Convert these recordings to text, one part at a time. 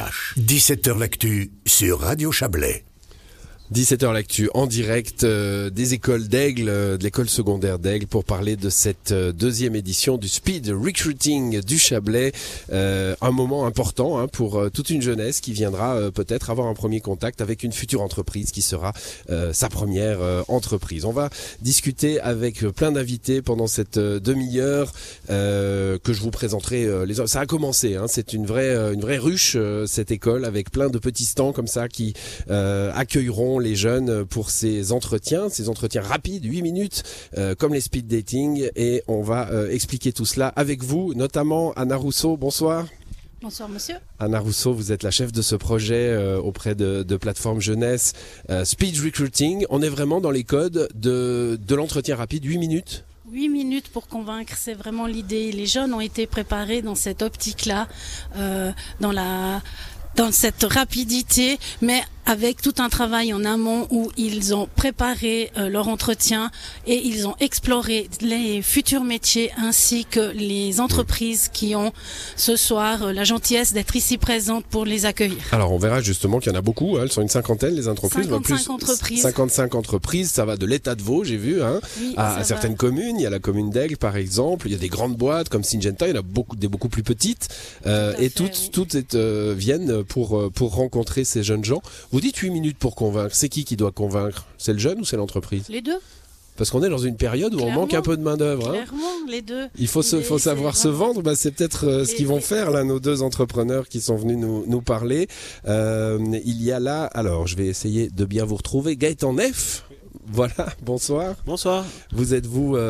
RVVH. 17h l'actu sur Radio Chablais. 17h l'actu en direct des écoles d'Aigle, de l'école secondaire d'Aigle, pour parler de cette deuxième édition du Speed Recruiting du Chablais. Un moment important pour toute une jeunesse qui viendra peut-être avoir un premier contact avec une future entreprise qui sera sa première entreprise. On va discuter avec plein d'invités pendant cette demi-heure que je vous présenterai. Ça a commencé, c'est une vraie ruche cette école, avec plein de petits stands comme ça qui accueilleront les jeunes pour ces entretiens rapides, 8 minutes, comme les speed dating, et on va expliquer tout cela avec vous, notamment Anna Rousseau. Bonsoir. Bonsoir monsieur. Anna Rousseau, vous êtes la chef de ce projet auprès de Plateforme Jeunesse, Speed Recruiting. On est vraiment dans les codes de l'entretien rapide, 8 minutes. 8 minutes pour convaincre, c'est vraiment l'idée. Les jeunes ont été préparés dans cette optique-là, dans cette rapidité, mais avec tout un travail en amont où ils ont préparé leur entretien et ils ont exploré les futurs métiers ainsi que les entreprises qui ont ce soir la gentillesse d'être ici présentes pour les accueillir. Alors on verra justement qu'il y en a beaucoup, elles sont une cinquantaine les entreprises. 55 entreprises. 55 entreprises, ça va de l'État de Vaud, j'ai vu, oui, à certaines communes. Il y a la commune d'Aigle par exemple, il y a des grandes boîtes comme Syngenta, il y en a beaucoup plus petites, et toutes viennent pour rencontrer ces jeunes gens. Vous dites 8 minutes pour convaincre. C'est qui doit convaincre? C'est le jeune ou c'est l'entreprise? Les deux. Parce qu'on est dans une période où on manque un peu de main-d'œuvre. Clairement, les deux. Il faut savoir se vendre. C'est peut-être ce qu'ils vont faire là, nos deux entrepreneurs qui sont venus nous parler. Il y a là, alors je vais essayer de bien vous retrouver. Gaëtan Neff. Voilà, bonsoir. Bonsoir. Vous êtes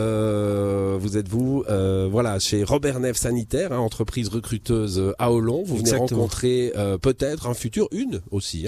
chez Robert Neff Sanitaire, entreprise recruteuse à Hollon. Vous venez rencontrer peut-être une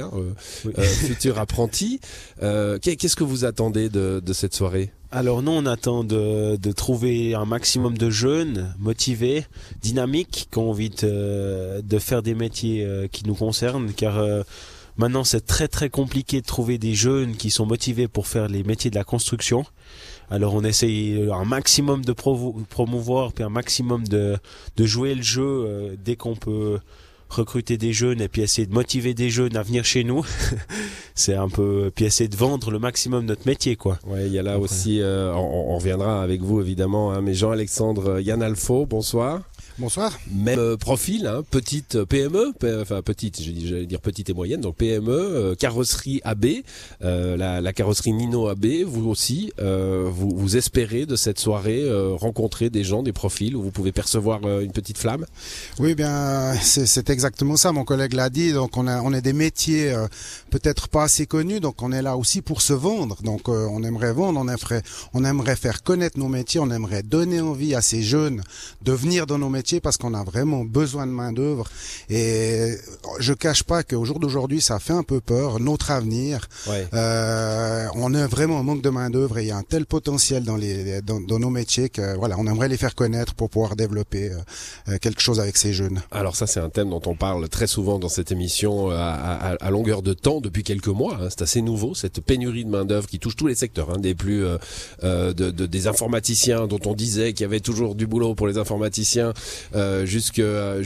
futur apprenti. Qu'est-ce que vous attendez de cette soirée? Alors nous, on attend de trouver un maximum de jeunes motivés, dynamiques, qui ont envie de faire des métiers qui nous concernent, car maintenant, c'est très très compliqué de trouver des jeunes qui sont motivés pour faire les métiers de la construction. Alors on essaye un maximum de promouvoir, puis un maximum de jouer le jeu dès qu'on peut recruter des jeunes, et puis essayer de motiver des jeunes à venir chez nous. C'est un peu, puis essayer de vendre le maximum notre métier, quoi. Ouais, il y a là aussi, on reviendra avec vous évidemment, mais Jean-Alexandre Yanalfo, bonsoir. Bonsoir. Même profil, petite PME, petite, j'allais dire petite et moyenne, donc PME, carrosserie AB, la carrosserie Nino AB, vous aussi, vous espérez de cette soirée rencontrer des gens, des profils où vous pouvez percevoir une petite flamme? Oui, bien, c'est exactement ça, mon collègue l'a dit, donc on est des métiers peut-être pas assez connus, donc on est là aussi pour se vendre, donc on aimerait vendre, on aimerait faire connaître nos métiers, on aimerait donner envie à ces jeunes de venir dans nos métiers, parce qu'on a vraiment besoin de main d'œuvre, et je cache pas qu'au jour d'aujourd'hui ça fait un peu peur, notre avenir. Ouais. On a vraiment un manque de main d'œuvre et il y a un tel potentiel dans nos métiers que voilà, on aimerait les faire connaître pour pouvoir développer quelque chose avec ces jeunes. Alors ça, c'est un thème dont on parle très souvent dans cette émission à longueur de temps depuis quelques mois. C'est assez nouveau, cette pénurie de main d'œuvre qui touche tous les secteurs, des plus des informaticiens dont on disait qu'il y avait toujours du boulot pour les informaticiens, jusqu'à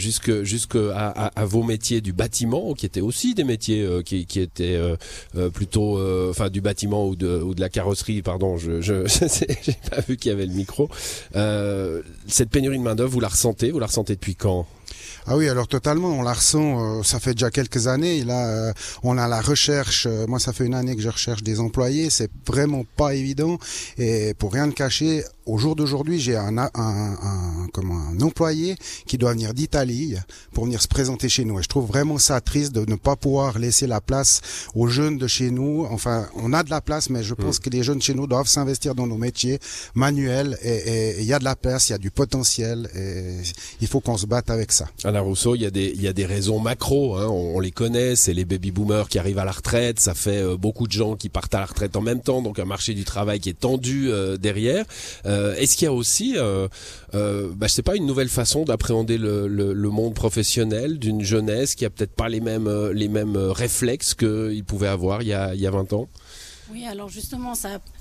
vos métiers du bâtiment, qui étaient aussi des métiers qui étaient plutôt du bâtiment ou de la carrosserie, pardon, j'ai pas vu qu'il y avait le micro. Cette pénurie de main-d'œuvre, vous la ressentez depuis quand? Ah oui, alors totalement, on la ressent, ça fait déjà quelques années, et là on a la recherche, moi ça fait une année que je recherche des employés, c'est vraiment pas évident, et pour rien te cacher, au jour d'aujourd'hui, j'ai un employé qui doit venir d'Italie pour venir se présenter chez nous, et je trouve vraiment ça triste de ne pas pouvoir laisser la place aux jeunes de chez nous. Enfin, on a de la place, mais je pense que les jeunes chez nous doivent s'investir dans nos métiers manuels, et il y a de la place, il y a du potentiel, et il faut qu'on se batte avec ça. Anna Rousseau, il y a des raisons macro, on les connaît, c'est les baby-boomers qui arrivent à la retraite, ça fait beaucoup de gens qui partent à la retraite en même temps, donc un marché du travail qui est tendu derrière. Est-ce qu'il y a aussi, je sais pas, une nouvelle façon d'appréhender le monde professionnel d'une jeunesse qui a peut-être pas les mêmes réflexes qu'il pouvait avoir il y a 20 ans? Oui, alors justement, ça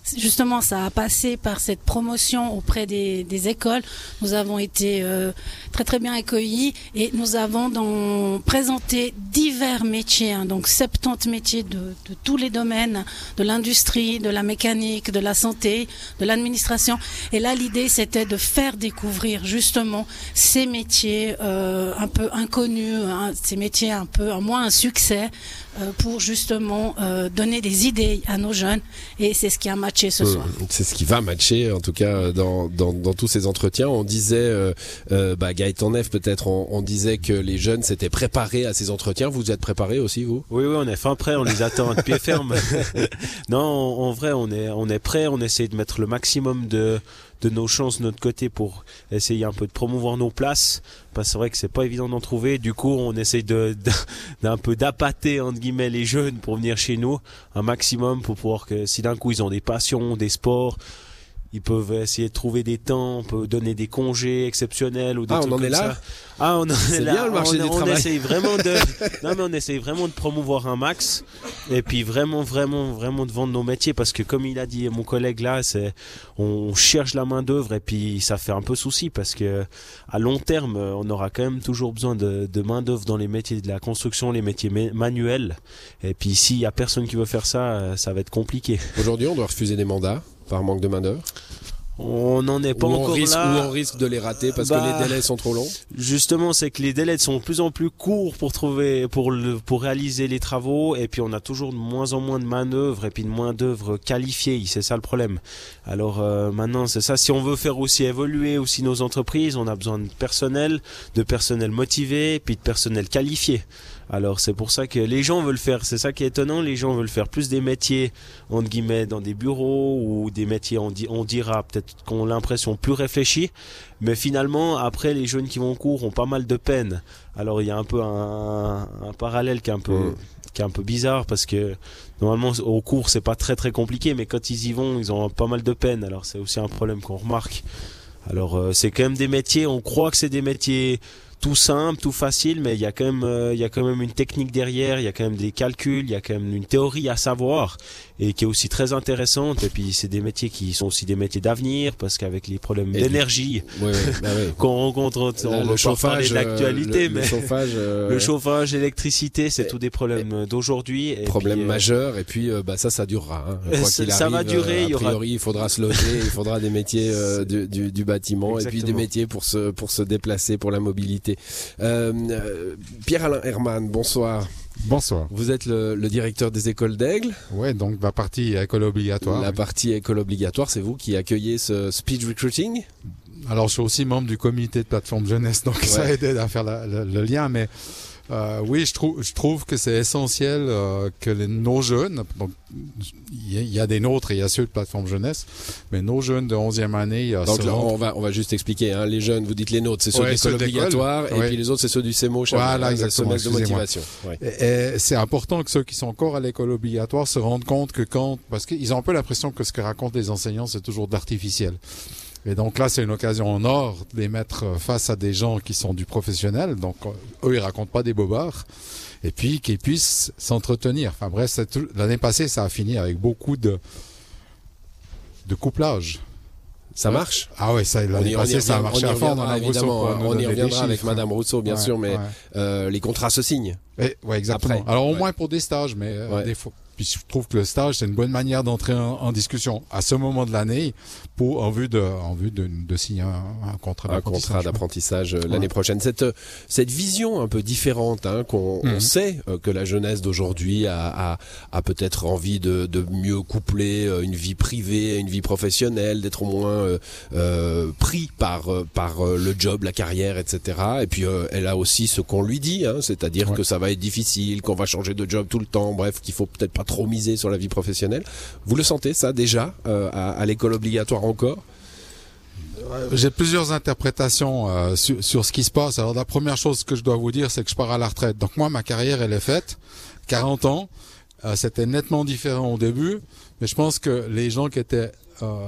justement, ça a passé par cette promotion auprès des écoles. Nous avons été très très bien accueillis et nous avons présenté divers métiers, donc 70 métiers de tous les domaines, de l'industrie, de la mécanique, de la santé, de l'administration. Et là, l'idée, c'était de faire découvrir justement ces métiers un peu inconnus, ces métiers un peu moins un succès, pour justement donner des idées à nos jeunes, et c'est ce qui a matché ce soir. C'est ce qui va matcher en tout cas dans tous ces entretiens. On disait Gaëtan Neff peut-être, on disait que les jeunes s'étaient préparés à ces entretiens. Vous êtes préparés aussi, vous? Oui, on est fin prêt, on les attend de pied ferme. Non, en vrai, on est prêt, on essaie de mettre le maximum de nos chances de notre côté pour essayer un peu de promouvoir nos places, parce que c'est vrai que c'est pas évident d'en trouver. Du coup, on essaye d'un peu d'appâter entre guillemets les jeunes pour venir chez nous un maximum, pour pouvoir que si d'un coup ils ont des passions, des sports, ils peuvent essayer de trouver des temps, on peut donner des congés exceptionnels ou des trucs comme ça. On en est là. Bien le marché du travail. On essaye vraiment on essaye vraiment de promouvoir un max, et puis vraiment de vendre nos métiers, parce que comme il a dit mon collègue là, on cherche la main d'œuvre, et puis ça fait un peu souci, parce que à long terme, on aura quand même toujours besoin de main d'œuvre dans les métiers de la construction, les métiers manuels. Et puis s'il y a personne qui veut faire ça, ça va être compliqué. Aujourd'hui, on doit refuser des mandats par manque de main-d'œuvre. On n'en est pas encore là. Ou on risque de les rater parce que les délais sont trop longs. Justement, c'est que les délais sont de plus en plus courts pour réaliser les travaux, et puis on a toujours de moins en moins de main-d'œuvre, et puis de moins d'œuvre qualifiée. C'est ça le problème. Alors maintenant, c'est ça. Si on veut faire aussi évoluer aussi nos entreprises, on a besoin de personnel motivé, puis de personnel qualifié. Alors c'est pour ça que les gens veulent faire, c'est ça qui est étonnant, les gens veulent faire plus des métiers entre guillemets dans des bureaux, ou des métiers on dira peut-être qu'on a l'impression plus réfléchis, mais finalement après les jeunes qui vont en cours ont pas mal de peine. Alors il y a un peu un parallèle qui est un peu bizarre, parce que normalement au cours c'est pas très très compliqué, mais quand ils y vont ils ont pas mal de peine. Alors c'est aussi un problème qu'on remarque. Alors c'est quand même des métiers, on croit que c'est des métiers tout simple, tout facile, mais il y a quand même une technique derrière, il y a quand même des calculs, il y a quand même une théorie à savoir, et qui est aussi très intéressante. Et puis c'est des métiers qui sont aussi des métiers d'avenir, parce qu'avec les problèmes d'énergie qu'on rencontre, on va pas parler de l'actualité, mais le chauffage, l'électricité, c'est tous des problèmes d'aujourd'hui. Problème majeur, et puis ça durera. Ça va durer. A priori, il faudra se loger, il faudra des métiers du bâtiment. Exactement. Et puis des métiers pour se déplacer, pour la mobilité. Pierre-Alain Herman, bonsoir. Bonsoir. Vous êtes le directeur des écoles d'Aigle. Ouais, donc la partie école obligatoire. La partie école obligatoire, c'est vous qui accueillez ce speed recruiting? Alors je suis aussi membre du comité de plateforme jeunesse, donc ça a aidé à faire le lien, mais oui, je trouve que c'est essentiel que nos jeunes, donc il y a des nôtres et il y a ceux de plateforme jeunesse, mais nos jeunes de 11e année... Donc là, on va juste expliquer, les jeunes, vous dites les nôtres, c'est ceux de l'école obligatoire, et puis les autres, c'est ceux du CEMO, voilà, exactement, de motivation. Ouais. Et c'est important que ceux qui sont encore à l'école obligatoire se rendent compte que parce qu'ils ont un peu l'impression que ce que racontent les enseignants, c'est toujours de l'artificiel. Et donc là, c'est une occasion en or de les mettre face à des gens qui sont du professionnel. Donc, eux, ils racontent pas des bobards. Et puis, qu'ils puissent s'entretenir. Enfin bref, l'année passée, ça a fini avec beaucoup de couplage. Ça marche? Ah ouais, l'année passée, ça a marché à fond. On y reviendra avec Madame Rousseau, bien sûr, mais les contrats se signent. Ouais, exactement. Après, alors, au moins pour des stages, mais des fois. Puis je trouve que le stage, c'est une bonne manière d'entrer en discussion à ce moment de l'année en vue de signer un contrat d'apprentissage. Un contrat d'apprentissage l'année prochaine. Cette vision un peu différente, qu'on sait que la jeunesse d'aujourd'hui a peut-être envie de mieux coupler une vie privée et une vie professionnelle, d'être moins pris par le job, la carrière, etc. Et puis elle a aussi ce qu'on lui dit, c'est-à-dire que ça va être difficile, qu'on va changer de job tout le temps, bref, qu'il faut peut-être pas trop miser sur la vie professionnelle. Vous le sentez ça déjà à l'école obligatoire encore? J'ai plusieurs interprétations sur ce qui se passe. Alors la première chose que je dois vous dire, c'est que je pars à la retraite. Donc moi, ma carrière, elle est faite. 40 ans. C'était nettement différent au début, mais je pense que les gens qui étaient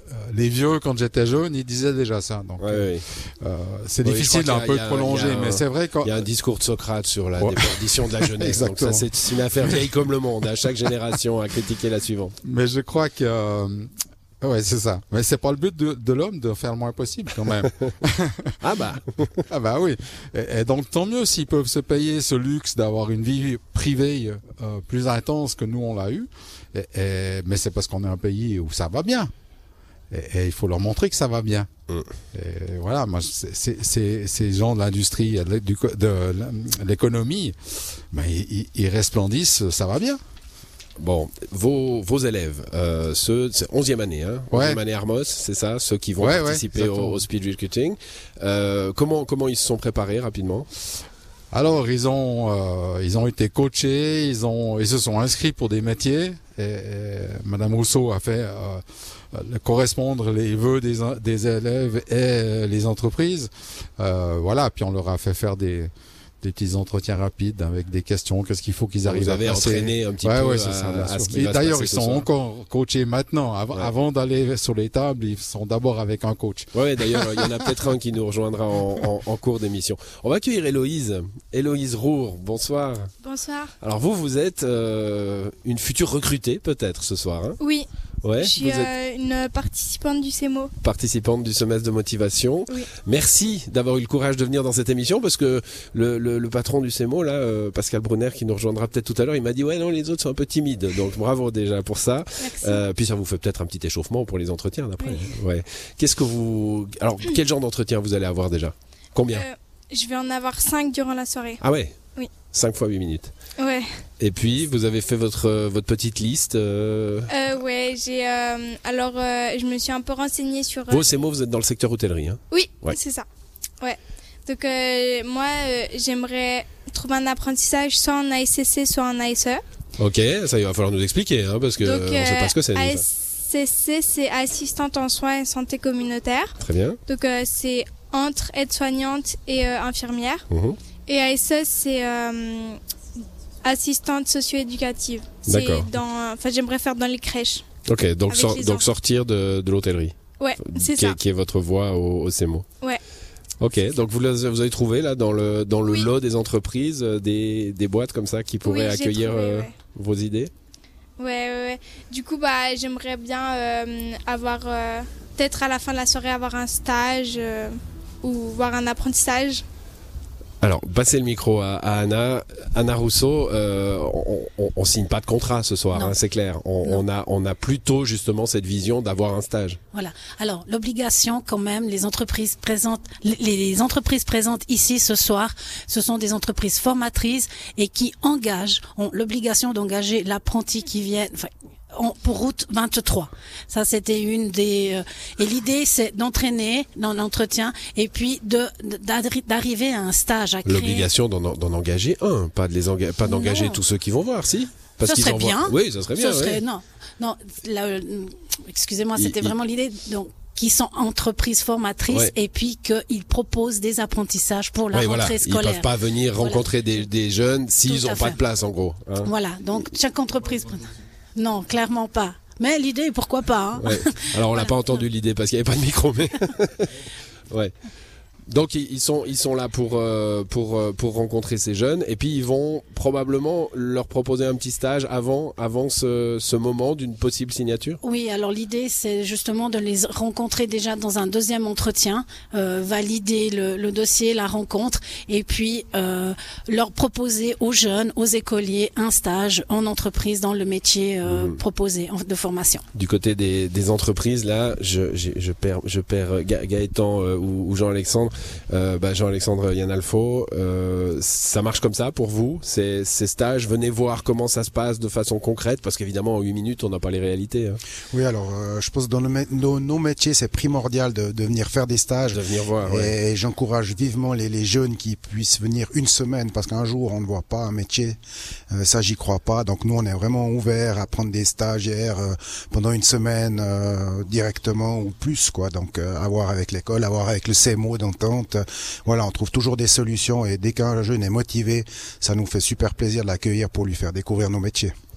les vieux, quand j'étais jeune, ils disaient déjà ça. Donc, c'est difficile un peu de prolonger, mais c'est vrai qu'il y a un discours de Socrate sur la déperdition de la jeunesse. Donc ça, c'est une affaire vieille comme le monde. À chaque génération à critiquer la suivante. Mais je crois que ouais, c'est ça. Mais c'est pas le but de l'homme de faire le moins possible quand même. Ah bah. Ah bah oui. Et donc tant mieux s'ils peuvent se payer ce luxe d'avoir une vie privée plus intense que nous on l'a eu. Mais c'est parce qu'on est un pays où ça va bien. Et il faut leur montrer que ça va bien. Et voilà, moi, ces gens de l'industrie, de l'économie, ben, ils resplendissent, ça va bien. Bon, vos élèves, ceux, c'est 11e année, hein, 11e année Armos, c'est ça, ceux qui vont participer au speed recruiting. Comment ils se sont préparés rapidement? Alors, ils ont été coachés, ils se sont inscrits pour des métiers. Et Madame Rousseau a fait correspondre les vœux des élèves et les entreprises. Voilà, puis on leur a fait faire des petits entretiens rapides avec des questions, qu'est-ce qu'il faut qu'ils arrivent à passer. Vous avez entraîné un petit peu à ce qui va se passer. Et d'ailleurs, ils sont encore coachés maintenant. Avant d'aller sur les tables, ils sont d'abord avec un coach. Ouais, d'ailleurs, il y en a peut-être un qui nous rejoindra en cours d'émission. On va accueillir Héloïse. Héloïse Roure, bonsoir. Bonsoir. Alors vous êtes une future recrutée peut-être ce soir, hein? Oui. Ouais, je suis une participante du CEMO. Participante du semestre de motivation. Oui. Merci d'avoir eu le courage de venir dans cette émission parce que le patron du CEMO, là, Pascal Brunner, qui nous rejoindra peut-être tout à l'heure, il m'a dit ouais non, les autres sont un peu timides. Donc bravo déjà pour ça. Puis ça vous fait peut-être un petit échauffement pour les entretiens d'après. Oui. Ouais. Alors quel genre d'entretien vous allez avoir déjà? Combien? Je vais en avoir 5 durant la soirée. Ah ouais? Oui. 5 fois 8 minutes. Ouais. Et puis, vous avez fait votre petite liste ouais, je me suis un peu renseignée sur... Vous, CEMO, vous êtes dans le secteur hôtellerie, hein? Oui, c'est ça. Ouais. Donc, moi, j'aimerais trouver un apprentissage soit en ASCC, soit en ASE. Ok, ça, il va falloir nous expliquer, hein, parce que on ne sait pas ce que c'est. ASCC, c'est assistante en soins et santé communautaire. Très bien. Donc, c'est entre aide-soignante et infirmière. Et ASE, c'est assistante socio-éducative. D'accord. J'aimerais faire dans les crèches. Ok, donc sortir de l'hôtellerie. Ouais, c'est ça. Qui est votre voie au CEMO. Ouais. Ok, donc vous avez trouvé là dans le lot des entreprises des boîtes comme ça qui pourraient accueillir vos idées. Ouais. Du coup, j'aimerais bien avoir peut-être à la fin de la soirée avoir un stage ou voir un apprentissage. Alors, passez le micro à Anna. Anna Rousseau, on signe pas de contrat ce soir, hein, c'est clair. On a plutôt justement cette vision d'avoir un stage. Voilà. Alors, l'obligation quand même, les entreprises présentes ici ce soir, ce sont des entreprises formatrices et qui ont l'obligation d'engager l'apprenti qui vient... pour route 23. Ça, c'était une des... et l'idée, c'est d'entraîner dans l'entretien et puis d'arriver à un stage, à créer... L'obligation d'en engager un, pas d'engager tous ceux qui vont voir, si? Parce ça serait bien. Oui, ça serait bien. Non, excusez-moi, c'était vraiment l'idée. Donc, qui sont entreprises formatrices et puis qu'ils proposent des apprentissages pour la rentrée scolaire. Ils peuvent pas venir rencontrer des jeunes s'ils n'ont pas de place, en gros. Hein. Voilà, donc chaque entreprise... Non, clairement pas. Mais l'idée, pourquoi pas, hein. Ouais. Alors, on n'a pas entendu l'idée parce qu'il n'y avait pas de micro, mais... ouais. Donc ils sont là pour rencontrer ces jeunes et puis ils vont probablement leur proposer un petit stage avant ce moment d'une possible signature. Oui, alors l'idée c'est justement de les rencontrer déjà dans un deuxième entretien, valider le dossier, la rencontre et puis leur proposer aux jeunes, aux écoliers un stage en entreprise dans le métier proposé de formation. Du côté des entreprises là, je perds Gaëtan ou Jean-Alexandre. Jean-Alexandre Yanalfo, ça marche comme ça pour vous, ces stages? Venez voir comment ça se passe de façon concrète, parce qu'évidemment en 8 minutes on n'a pas les réalités. Hein. Oui, alors je pense que dans nos métiers c'est primordial de venir faire des stages. De venir voir. Et j'encourage vivement les jeunes qui puissent venir une semaine, parce qu'un jour on ne voit pas un métier, ça j'y crois pas. Donc nous on est vraiment ouverts à prendre des stagiaires pendant une semaine directement ou plus, quoi. Donc à voir avec l'école, à voir avec le CEMO d'entente. Voilà, on trouve toujours des solutions et dès qu'un jeune est motivé, ça nous fait super plaisir de l'accueillir pour lui faire découvrir nos métiers.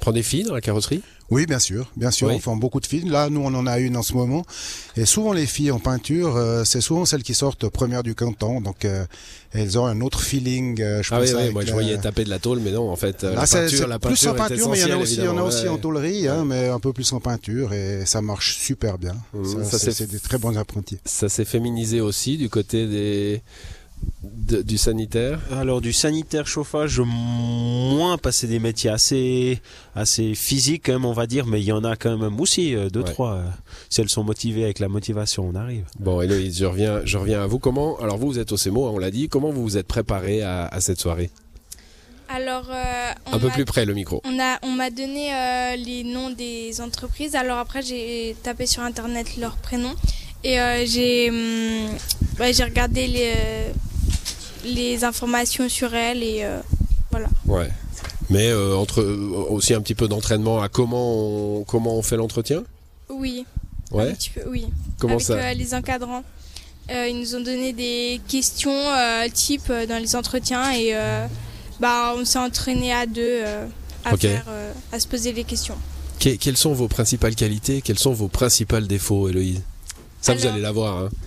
prend des filles dans la carrosserie? Oui, bien sûr, Oui. on fait beaucoup de filles. Là, nous, on en a une en ce moment. Et souvent, les filles en peinture, c'est souvent celles qui sortent premières du canton. Donc, elles ont un autre feeling, je Ah pense. oui, avec moi je voyais taper de la tôle, mais non, en fait, Là, la c'est peinture plus en est peinture, mais il y en a essentielle, aussi évidemment. en tôlerie, hein, Ouais. mais un peu plus en peinture, et ça marche super bien. Ça, C'est des très bons apprentis. Ça s'est féminisé aussi du côté du sanitaire. Alors du sanitaire, chauffage, moins, parce que c'est des métiers assez physiques quand même, on va dire, mais il y en a quand même aussi deux, trois. Si elles sont motivées, avec la motivation, on arrive. Bon, Héloïse, je reviens à vous. Alors vous êtes au CEMO, hein, on l'a dit. Comment vous vous êtes préparé à cette soirée? Alors, Un peu plus près le micro. on m'a donné les noms des entreprises. Alors après, j'ai tapé sur internet leurs prénoms et j'ai regardé les informations sur elles et voilà. Ouais. Mais aussi un petit peu d'entraînement à comment on fait l'entretien. Oui. Ouais. Un petit peu, oui. Comment Avec ça? les encadrants. Ils nous ont donné des questions type dans les entretiens et on s'est entraîné à deux à se poser les questions. Quelles sont vos principales qualités? Quels sont vos principaux défauts, Héloïse? Ça, vous Alors, allez la voir. Hein.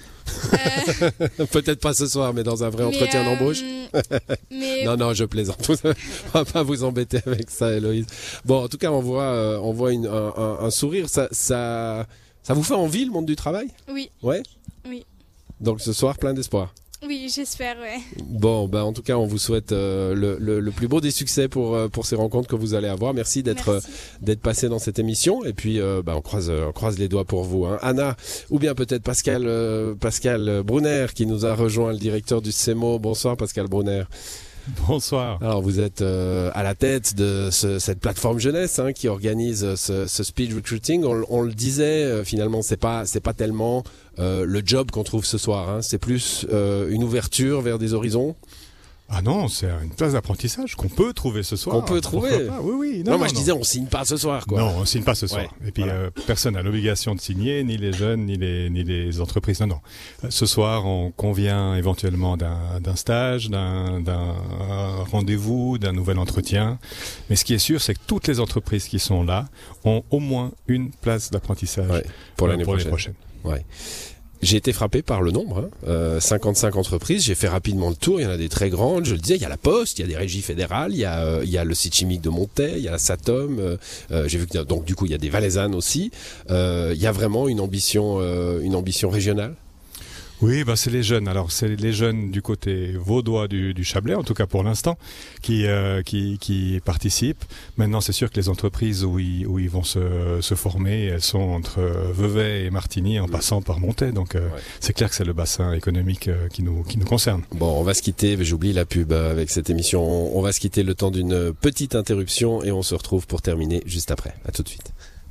Peut-être pas ce soir, mais dans un vrai entretien d'embauche. Mais Non, je plaisante. On va pas vous embêter avec ça, Héloïse. Bon, en tout cas, on voit un sourire. Ça vous fait envie, le monde du travail? oui, Ouais. Oui. Donc ce soir, plein d'espoir. oui, j'espère, ouais. Bon, en tout cas, on vous souhaite le plus beau des succès pour ces rencontres que vous allez avoir. Merci d'être passé dans cette émission. Et puis, on croise les doigts pour vous. Hein. Anna, ou bien peut-être Pascal Brunner, qui nous a rejoint, le directeur du CEMO. Bonsoir, Pascal Brunner. Bonsoir. Alors, vous êtes à la tête de cette plateforme jeunesse qui organise ce speed recruiting. On le disait, finalement, c'est pas tellement le job qu'on trouve ce soir. Hein. C'est plus une ouverture vers des horizons. Ah non, c'est une place d'apprentissage qu'on peut trouver ce soir. Qu'on peut trouver. Pourquoi pas? Oui. Non, je disais, on signe pas ce soir, quoi. Non, on signe pas ce soir. Ouais. Et puis Voilà. personne n'a l'obligation de signer, ni les jeunes, ni les entreprises. Non. Ce soir, on convient éventuellement d'un stage, d'un rendez-vous, d'un nouvel entretien. Mais ce qui est sûr, c'est que toutes les entreprises qui sont là ont au moins une place d'apprentissage pour l'année prochaine. Ouais. J'ai été frappé par le nombre, 55 entreprises, j'ai fait rapidement le tour, il y en a des très grandes, je le disais, il y a la Poste, il y a des régies fédérales, il y a le site chimique de Montaix, il y a la Satom, j'ai vu que donc du coup il y a des Valaisannes aussi, il y a vraiment une ambition régionale. Oui, c'est les jeunes. Alors c'est les jeunes du côté vaudois du Chablais, en tout cas pour l'instant, qui participent. Maintenant, c'est sûr que les entreprises où ils vont se former, elles sont entre Vevey et Martigny, en passant par Montaix. Donc c'est clair que c'est le bassin économique qui nous concerne. Bon, on va se quitter. J'oublie la pub avec cette émission. On va se quitter le temps d'une petite interruption et on se retrouve pour terminer juste après. À tout de suite.